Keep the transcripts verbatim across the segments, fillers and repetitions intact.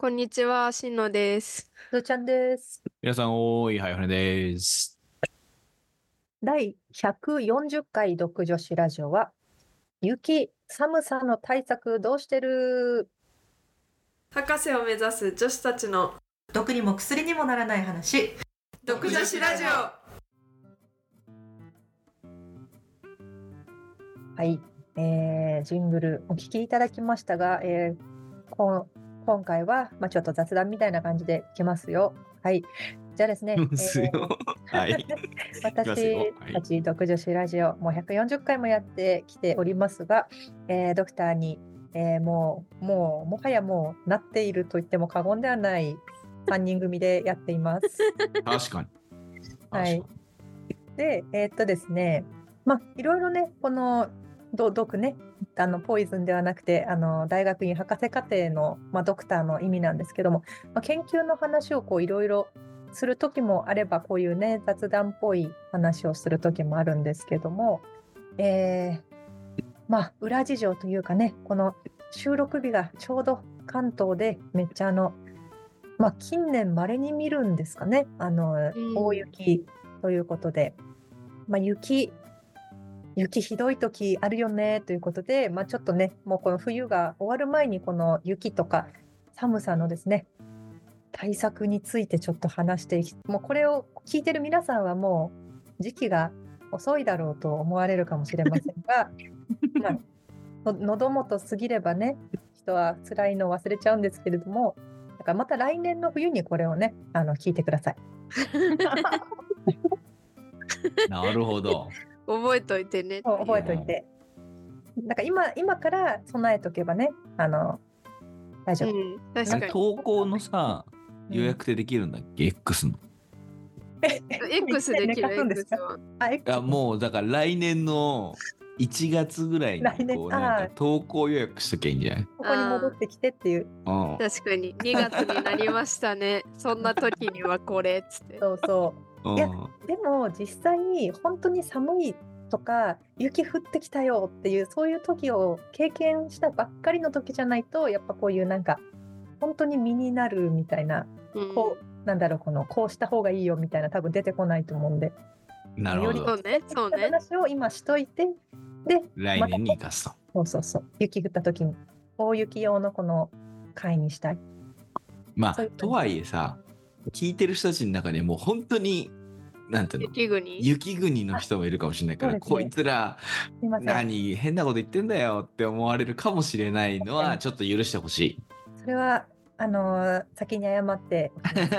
こんにちは、しんのです。 すーちゃんです。 皆さん、おーい、はい、はねです。 第ひゃくよんじゅっかい読女子ラジオは、雪、寒さの対策どうしてる？ 博士を目指す女子たちの毒にも薬にもならない話。 読女子ラジオ。 はい、えー、ジングルお聞きいただきましたが、えー、こ今回は、まあ、ちょっと雑談みたいな感じでいきますよ。はい。じゃあですね、 ますよ。はい。いきます私よはいたち読女子ラジオ、もうひゃくよんじゅっかいもやってきておりますが、えードクターに、えーもう、もう、もはやもうなっていると言っても過言ではないさんにん組でやっています。 確かに。 はい確かで、えーっとですね、まあ、いろいろね、このど毒ね、あのポイズンではなくて、あの大学院博士課程の、まあ、ドクターの意味なんですけども、まあ、研究の話をこういろいろする時もあれば、こういうね、雑談っぽい話をする時もあるんですけども、えーまあ、裏事情というかね、この収録日がちょうど関東でめっちゃあの、まあ、近年稀に見るんですかね、あの、 うん大雪ということで、まあ、雪、雪ひどい時あるよねということで、まあ、ちょっとね、もうこの冬が終わる前にこの雪とか寒さのですね、対策についてちょっと話していき、もうこれを聞いてる皆さんはもう時期が遅いだろうと思われるかもしれませんが、まあ、の喉元過ぎればね、人は辛いのを忘れちゃうんですけれども、だからまた来年の冬にこれをね、あの聞いてください。 に。なるほど。 覚えといてね。 もう覚えといて。だから今、今から備えとけばね、あの、大丈夫。 うん、 あれ、 確かに。 投稿のさ、予約ってできるんだっけ、X の。 X できる寝かすんです X か？ は。 あ、 い X や、もう、だから来年のいちがつぐらいに、 来年こう、なんあーか投稿予約しときゃいいんじゃない？ ここに戻ってきてっていう。 うん。 確かににがつになりましたね。そんな時にはこれっつって。 そうそうう。 んいや、でも実際に本当に寒いとか雪降ってきたよっていうそういう時を経験したばっかりの時じゃないと、やっぱこういうなんか本当に身になるみたいな、 うん、 こうなんだろう、このこうした方がいいよみたいな多分出てこないと思うんで、よりなるほど。 そうね、そうね。 話を今しといて、で来年に生かすと。 そうそうそう、雪降った時に大雪用のこの会にしたい。 まあそういう感じとはいえさ、聞いてる人たちの中にもう本当になんていうの、 雪国。 雪国の人もいるかもしれないから、 そうですねこいつらすいません。 何変なこと言ってんだよって思われるかもしれないのは確かにちょっと許してほしい。 それはあのー先に謝って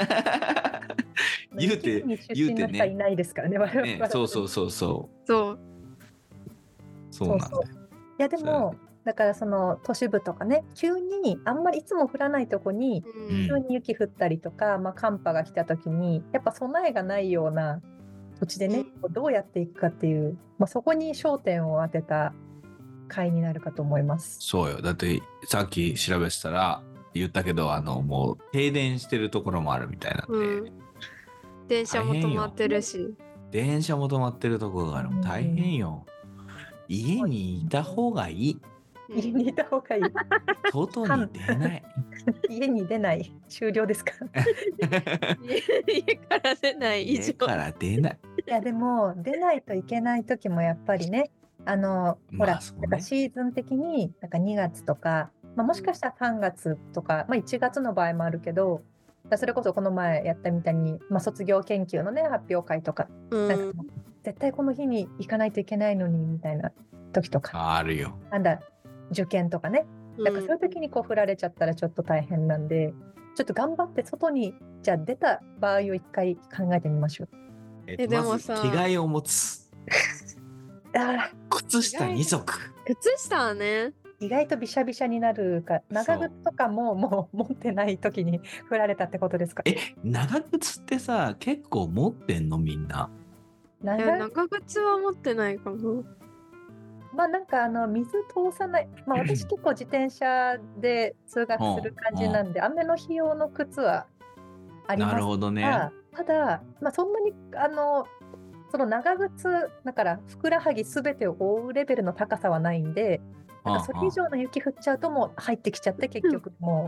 言うて雪国出言うて身の人はいね。 ないですからね、我々 ね、そうそうそうそそう。 う。そうなんだよ。 いやでもだからその都市部とかね、急にあんまりいつも降らないとこにううんん。 急に雪降ったりとか、まあ、寒波が来た時にやっぱ備えがないような土地でね、こうどうやっていくかっていう、まあ、そこに焦点を当てた回になるかと思います。 そうよ。だってさっき調べてたら言ったけど、あのもう停電してるところもあるみたいなんで、 うん。電車も止まってるし。 電車も止まってるところがある。もう大変よ。家にいた方がいい。 家にいた方がいい。 外に出ない。 家に出ない終了ですか？ 家から出ない以上。 家から出ない。 いやでも出ないといけない時もやっぱりね、あのほら、 まあそうねなんかシーズン的になんかにがつとか、まあ、もしかしたらさんがつとか、まあ、いちがつの場合もあるけど、それこそこの前やったみたいに、まあ、卒業研究のね発表会とか、 うなんかん。 絶対この日に行かないといけないのにみたいな時とか、 あるよ。 なんだ受験とかね、だからそういう時にこう振られちゃったらちょっと大変なんで、ちょっと頑張って外にじゃあ出た場合を一回考えてみましょう。 ええでもさまず着替えを持つ。 あ靴下に足。 靴下はね。 ー意外とびしゃびしゃになるか、長靴とかももう持ってない時に振られたってことですか？ え、長靴ってさ、結構持ってんのみんな。 いや長長靴は持ってないかも。 まあなんかあの水通さない、まあ私結構自転車で通学する感じなんで、雨の日用の靴はありますが、 なるほどね。 ただ、まあ、そんなにあのその長靴だからふくらはぎすべてを覆うレベルの高さはないんで、なんかそれ以上の雪降っちゃうともう入ってきちゃって結局もう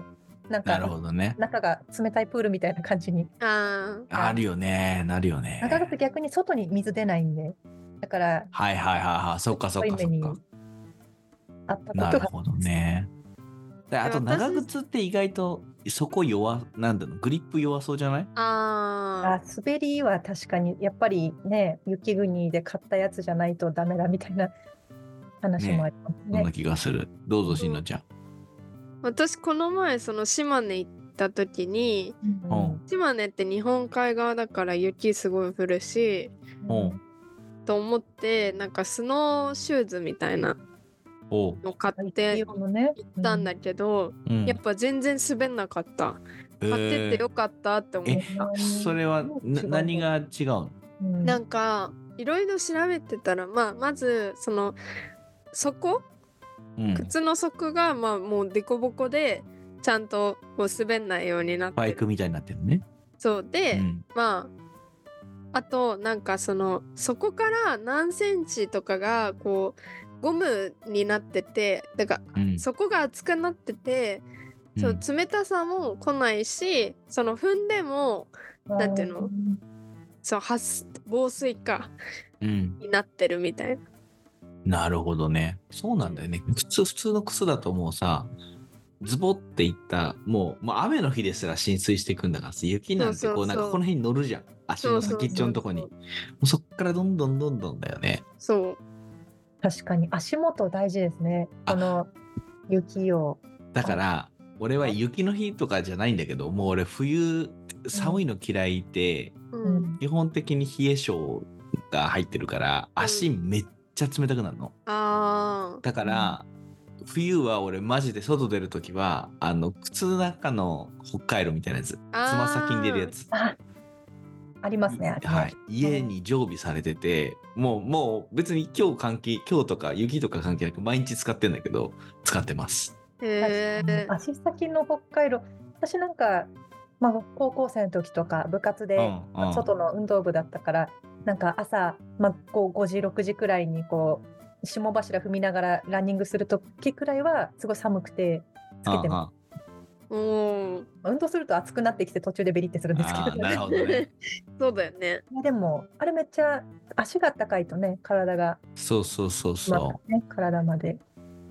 なんなるかほどね。 中が冷たいプールみたいな感じに。 ああ、 あるよね。なるよね。 長靴逆に外に水出ないんで、だからはいはいはいはい。そっかそっかそっか。 あったこなるとがほどね。であとで私長靴って意外とそこ弱、なんだろう、グリップ弱そうじゃない？ ああ、滑りは確かにやっぱりね、雪国で買ったやつじゃないとダメだみたいな話もありますね。 そんな気がする。どうぞ、しんのちゃん。 私この前その島根行った時に、 うんうん島根って日本海側だから雪すごい降るしうんと思ってなんかスノーシューズみたいなおう。 の買っ雪て用のね、 行ったんだけど、 うんやっぱ全然滑んなかった。 へー買ってってよかったって思っえた。 それはな何が違うの？ うんなんかいろいろ調べてたら、まあ、まずその底うん。 靴の底がまあもうデコボコでちゃんとこう滑んないようになってる。 バイクみたいになってるね。 そうで、 うんまああとなんかその底から何センチとかがこうゴムになっててだからうん底が厚くなってて、そううん冷たさも来ないしその踏んでもなんていうのそう発防水かうん。 になってるみたいな。 なるほどね。そうなんだよね。靴、普通の靴だともうさ、ズボっていった、もう、もう雨の日ですら浸水していくんだからさ、雪なんてこう、 そうそうそうなんかこの辺に乗るじゃん。足の先っちょのとこに。 そうもうそっからどんどんどんどんだよね。 そう確かに足元大事ですね。 あこの雪を。 だから、俺は雪の日とかじゃないんだけど、もう俺冬、寒いの嫌いで、 うん、 うん基本的に冷え性が入ってるから、足めっちゃ冷たくなるの。 あーだから、冬は俺マジで外出るときは、あの、靴の中の北海道みたいなやつ、つあーま先に出るやつ。 あ、ありますね。ありますはい、家に常備されてて、もう、もう別に今日関係、今日とか雪とか関係なく毎日使ってんだけど、使ってます。 へえ確かに足先の北海道、私なんか、まあ、高校生の時とか部活で、 うんうん外の運動部だったからなんか朝、まあ、こうごじろくじくらいにこう霜柱踏みながらランニングする時くらいはすごい寒くてつけてまおーす。運動すると暑くなってきて途中でベリってするんですけどあーなるほどね。 そうだよね。 でもあれめっちゃ足が暖かいとね体がそうそうそうまそね体まで。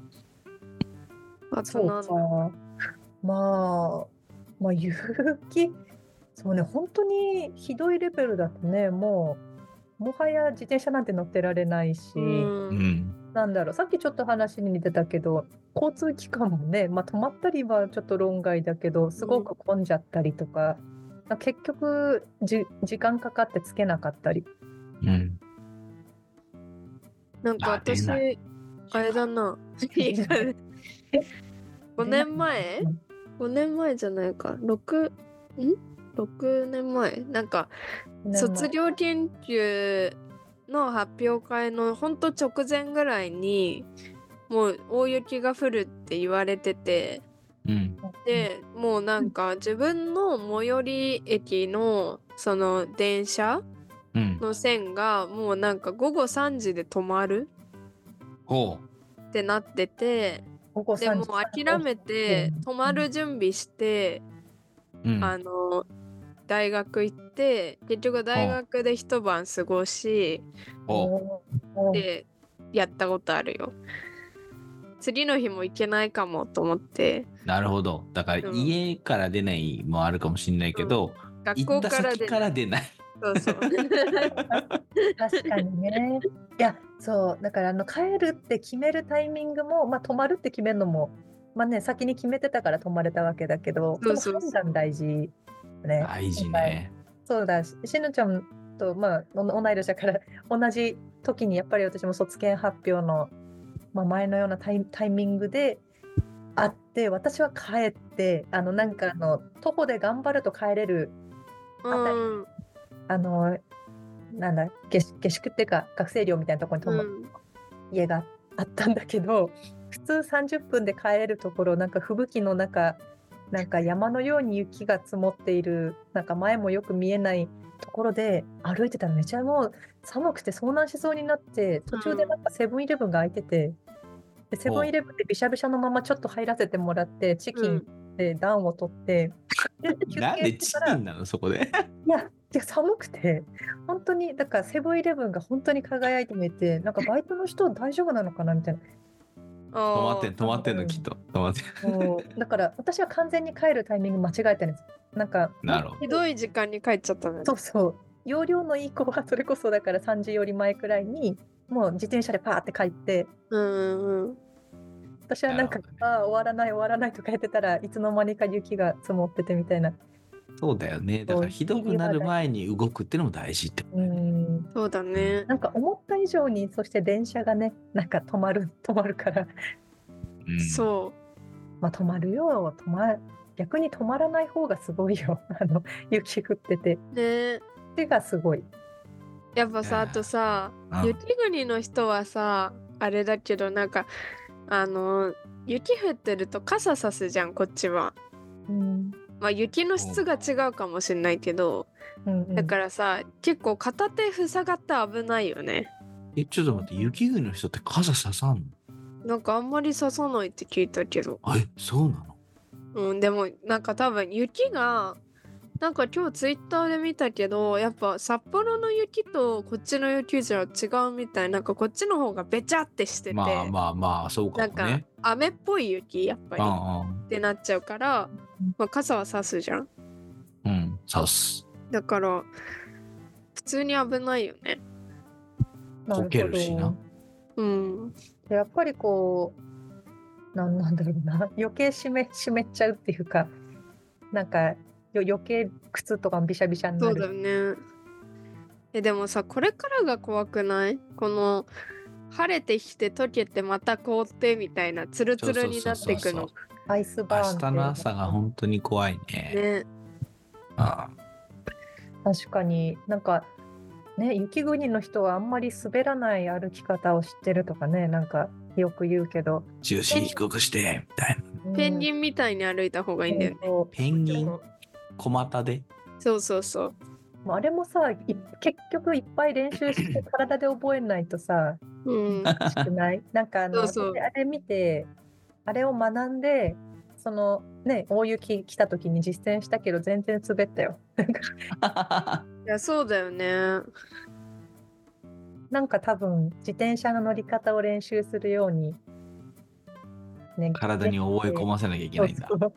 あそうかとなんだ。 まあまあ雪そうね本当にひどいレベルだとねもうもはや自転車なんて乗ってられないし、 うう。うんん。 なんだろうさっきちょっと話に似てたけど交通機関もね、まあ、止まったりはちょっと論外だけどすごく混んじゃったりとか、まあ結局じ時間かかってつけなかったり。 うん。 なんかあ出私ないあれだな。ごねんまえごねんまえじゃないかろくんろくねんまえなんか卒業研究の発表会のほんと直前ぐらいにもう大雪が降るって言われててうん。 でもうなんか自分の最寄り駅のその電車うん。 の線がもうなんかごごさんじで止まるほってなってて午後さんでもじう諦めて泊まる準備して、 う。うん。 あの大学行って結局大学で一晩過ごしほおーでやったことあるよ。次の日も行けないかもと思ってう。なるほど。だからうん家から出ないもあるかもしれないけど、 学行った先校からでから出ない。 そうそう確かにね。いやそうだからあの帰るって決めるタイミングも、まあ、泊まるって決めるのも、まあね、先に決めてたから泊まれたわけだけどそうそうそうその判断大事ね。 大事ね。 そうだししのちゃんと、まあ、お同い年だから同じ時にやっぱり私も卒検発表の、まあ、前のようなタイタイミングであって私は帰ってあのなんかあの徒歩で頑張ると帰れるうんあのなんだ下宿下宿っていうか学生寮みたいなところに泊ま、 うん家があったんだけど普通さんじゅっぷんで帰れるところなんか吹雪の中なんか山のように雪が積もっているなんか前もよく見えないところで歩いてたらめちゃもう寒くて遭難しそうになって途中でなんかセブンイレブンが開いててでセブンイレブンでびしゃびしゃのままちょっと入らせてもらってチキンうんって暖を取ってで休なんで憩してからチキンなのそこで。 いやで寒くて本当にだからセブンイレブンが本当に輝いて見えてなんかバイトの人大丈夫なのかなみたいな止まってんあ止まってんのきっと止まってん。 もうだから私は完全に帰るタイミング間違えたんですなんかなるほど。 ひどい時間に帰っちゃったのね。 そうそう容量のいい子はそれこそだからさんじより前くらいにもう自転車でパーって帰ってうんうん。 私はなんか、 なるほどねああ終わらない終わらないとか言ってたらいつの間にか雪が積もっててみたいなそうだよね。だからひどくなる前に動くってのも大事ってことうだよね。 んそうだね。 なんか思った以上にそして電車がねなんか止まる止まるからうんそまあ止まるよ止ま逆に止まらない方がすごいよあの雪降っててう。ね。 手がすごいやっぱさ、 いやあとさ、 うん雪国の人はさ、あれだけど、なんか、あの、雪降ってると傘さすじゃん、こっちは。 うんまあ、雪の質が違うかもしれないけど、 うんうんだからさ、結構片手塞がって危ないよね。 え、ちょっと待って、雪国の人って傘ささんなんかあんまり刺さないって聞いたけど。 の？え、そうなの？ うん、でもなんか多分雪が、なんか今日ツイッターで見たけど、やっぱ札幌の雪とこっちの雪じゃ違うみたい。なんかこっちの方がべちゃってしてて、 まあまあまあ、そうなんかかもね。 雨っぽい雪やっぱりうんってなっちゃうから、まあ、傘は差すじゃん。 うん。うん、刺す。 だから普通に危ないよね。 溶けるしな。 うん。 でやっぱりこうなんなんだろうな余計湿め湿っちゃうっていうかなんかよ余計靴とかもびしゃびしゃになそうだよるね。えでもさ、これからが怖くない？この晴れてきて溶けてまた凍ってみたいなツルツルになっていくの。 アイスバーンって明日の朝が本当に怖いね。 ね。 あ確かになんかね雪国の人はあんまり滑らない歩き方を知ってるとかねなんかよく言うけど、 重心低くして、みたいな。 ペンギンみたいに歩いた方がいいんだよね。 うんペンギン小股でそうそうそう。 もうあれもさい結局いっぱい練習して体で覚えないとさうん。 しないなんかあのそうそう私あれ見てあれを学んでそのね大雪来た時に実践したけど全然滑ったよなんかいやそうだよね。 なんか多分自転車の乗り方を練習するように、ね、 体に覚え込ませなきゃいけないんだそ。うそう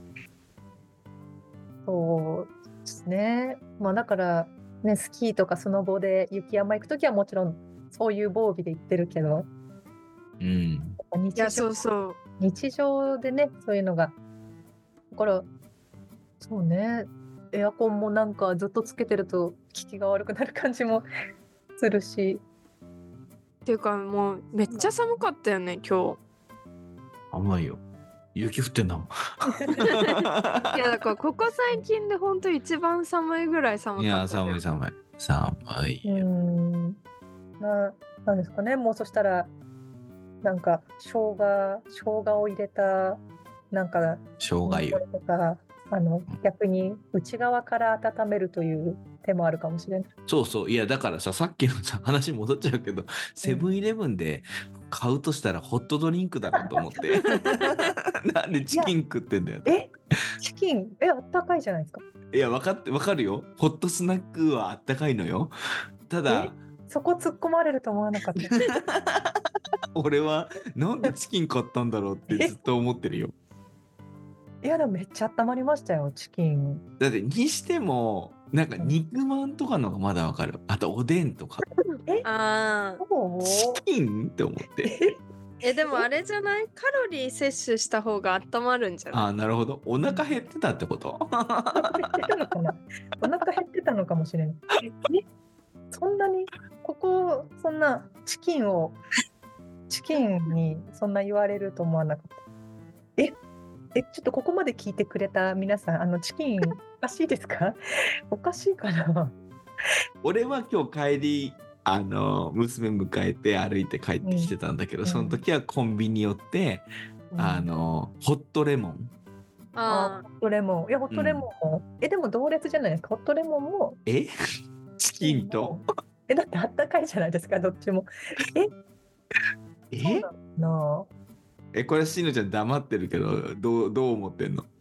そうですね。まあだからねスキーとかスノボで雪山行くときはもちろんそういう防備で行ってるけど、 うん。 い日やそ常うそう。 日常でねそういうのがだからそうねエアコンもなんかずっとつけてると効きが悪くなる感じもするし、 っていうかもうめっちゃ寒かったよね今甘いよ。雪降ってんだもん。 日。いやだからここ最近で本当一番寒いぐらい寒いや、 かったよ。 寒い寒い。寒いうよ。 んななんですかねもうそしたらなんか生姜生姜を入れたなんか生姜湯。 とかあの逆に内側から温めるという手もあるかもしれない。 そうそう。いや、だからさ、さっきのさ、話戻っちゃうけど、セブンイレブンで買うとしたらホットドリンクだろうと思って。なんでチキン食ってんだよ。 えチキンえあったかいじゃないですか。 いや、わかって、わかるよ。ホットスナックはあったかいのよ。ただ、 そこ突っ込まれると思わなかった。 俺はなんでチキン買ったんだろうってずっと思ってるよ。 いやでもめっちゃ温まりましたよチキン。 だってにしてもなんか肉まんとかのがまだわかる。あとおでんとか。 えああ。 そうチキンって思って。 えでもあれじゃない？カロリー摂取した方が温まるんじゃない？ ああ、なるほど。お腹減ってたってことお腹減ってたのかなお腹減ってたのかもしれない。えそんなにここそんなチキンをチキンにそんな言われると思わなかった。ええちょっとここまで聞いてくれた皆さんあのチキンおかしいですかおかしいかな。 俺は今日帰り、あの、娘迎えて歩いて帰ってきてたんだけど、 うんその時はコンビニ寄って、あの、ホットレモン。 ああホットレモンいやホットレモンも、えでも同列じゃないですかホットレモンもえチキンとえだってあったかいじゃないですかどっちもえそうえなのえ、これしのちゃん黙ってるけど、どう、どう思ってんの？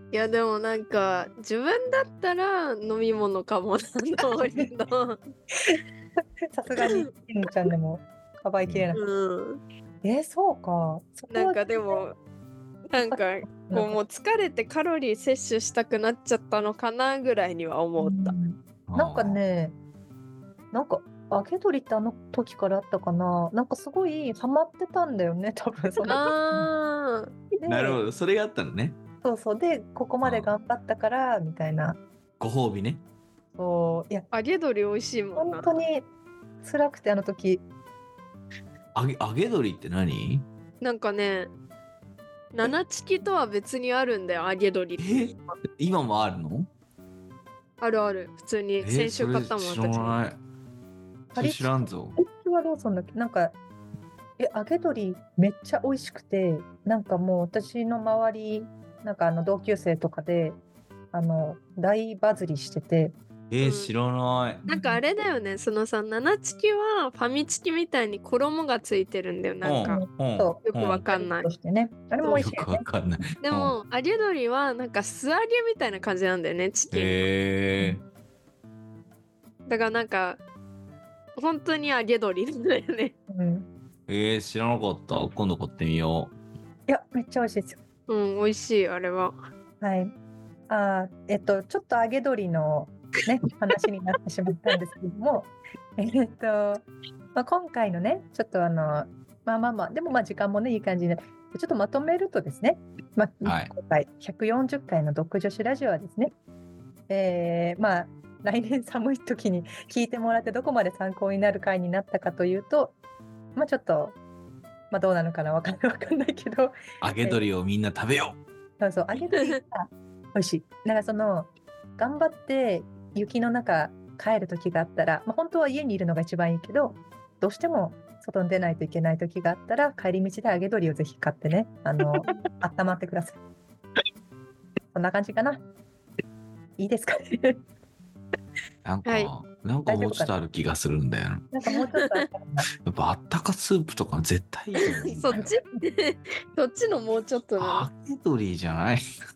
いやでもなんか自分だったら飲み物かもなと思うけどさすがにしんちゃんでもかばいきれない。 うんえー、そうか。そこはなんかでもなんかこうもう疲れてカロリー摂取したくなっちゃったのかなぐらいには思った。 うんなんかね、なんか揚げ鶏ってあの時からあったかな。なんかすごいハマってたんだよね、多分そのあ時で。 なるほど、それがあったのね。 そうそうでここまで頑張ったからみたいな。 ご褒美ね。 そういやあ揚げ鶏美味しいもんな。 本当に辛くてあの時。 揚げ揚げ鶏って何？ なんかね七チキとは別にあるんだよ揚げ鶏ってえ今もあるの？ あるある普通にえ先週買ったもんそれ知ら私ない。それ知らんぞ。 こっちはローソンだっけなんかえ揚げ鶏めっちゃ美味しくてなんかもう私の周りなんかあの同級生とかであの大バズりしててえー、 うん知らない。 なんかあれだよねそのさ七チキはファミチキみたいに衣がついてるんだよなんか、 うんうんそよくわかんない、 としてねあれも美味しいよくよね。 わかんない。 でも揚げ鶏はなんか素揚げみたいな感じなんだよねチキン、 へえだからなんか本当に揚げ鶏なんだよねうん、 えー、知らなかった。今度買ってみよいやめっちゃ美味しいですよ。 うん美味しいあれははいあーえっとちょっと揚げ鶏のね話になってしまったんですけどもえっと、まあ、今回のねちょっとあのまあまあまあでもまあ時間もねいい感じでちょっとまとめるとですね、まあはい今回ひゃくよんじゅっかいの独女子ラジオはですね、えー、まあ来年寒い時に聞いてもらってどこまで参考になる回になったかというとまあちょっと、まあ、どうなのかなわかんないわかんないけどう。揚げ鶏をみんな食べよそうそう揚げ鶏が美味しい。だからその頑張って雪の中帰る時があったら、まあ、本当は家にいるのが一番いいけどどうしても外に出ないといけない時があったら帰り道で揚げ鶏をぜひ買ってねあの温まってください。そんな感じかな。いいですかね。 う。なんか、 はいなんかもうちょっとある気がするんだよな。 なんかもうちょっとあったかな。 やっぱあったかスープとか絶対いいと思うんだよ。 そっちそっちのもうちょっとな揚げ鶏じゃない。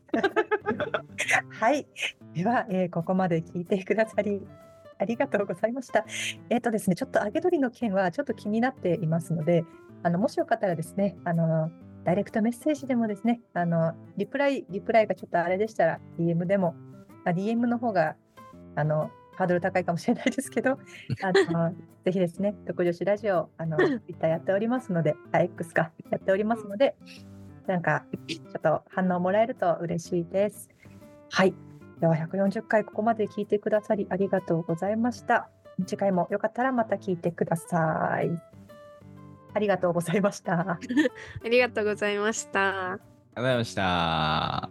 はい。では、えーここまで聞いてくださりありがとうございました。えっ、とですね、ちょっと揚げ鶏の件はちょっと気になっていますので、あのもしよかったらですね、あのダイレクトメッセージでもですね、あのリプライリプライがちょっとあれでしたら ディーエム でも、あ ディーエム の方があのハードル高いかもしれないですけど、あのぜひですね、独女子ラジオあの Twitter やっておりますので、あ X かやっておりますので、なんかちょっと反応もらえると嬉しいです。はい。ではひゃくよんじゅっかいここまで聞いてくださりありがとうございました。次回もよかったらまた聞いてください。ありがとうございました。 ありがとうございましたありがとうございました。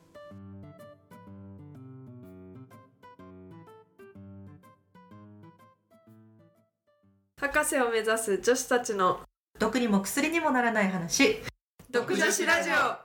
博士を目指す女子たちの毒にも薬にもならない話。 独女子ラジオ。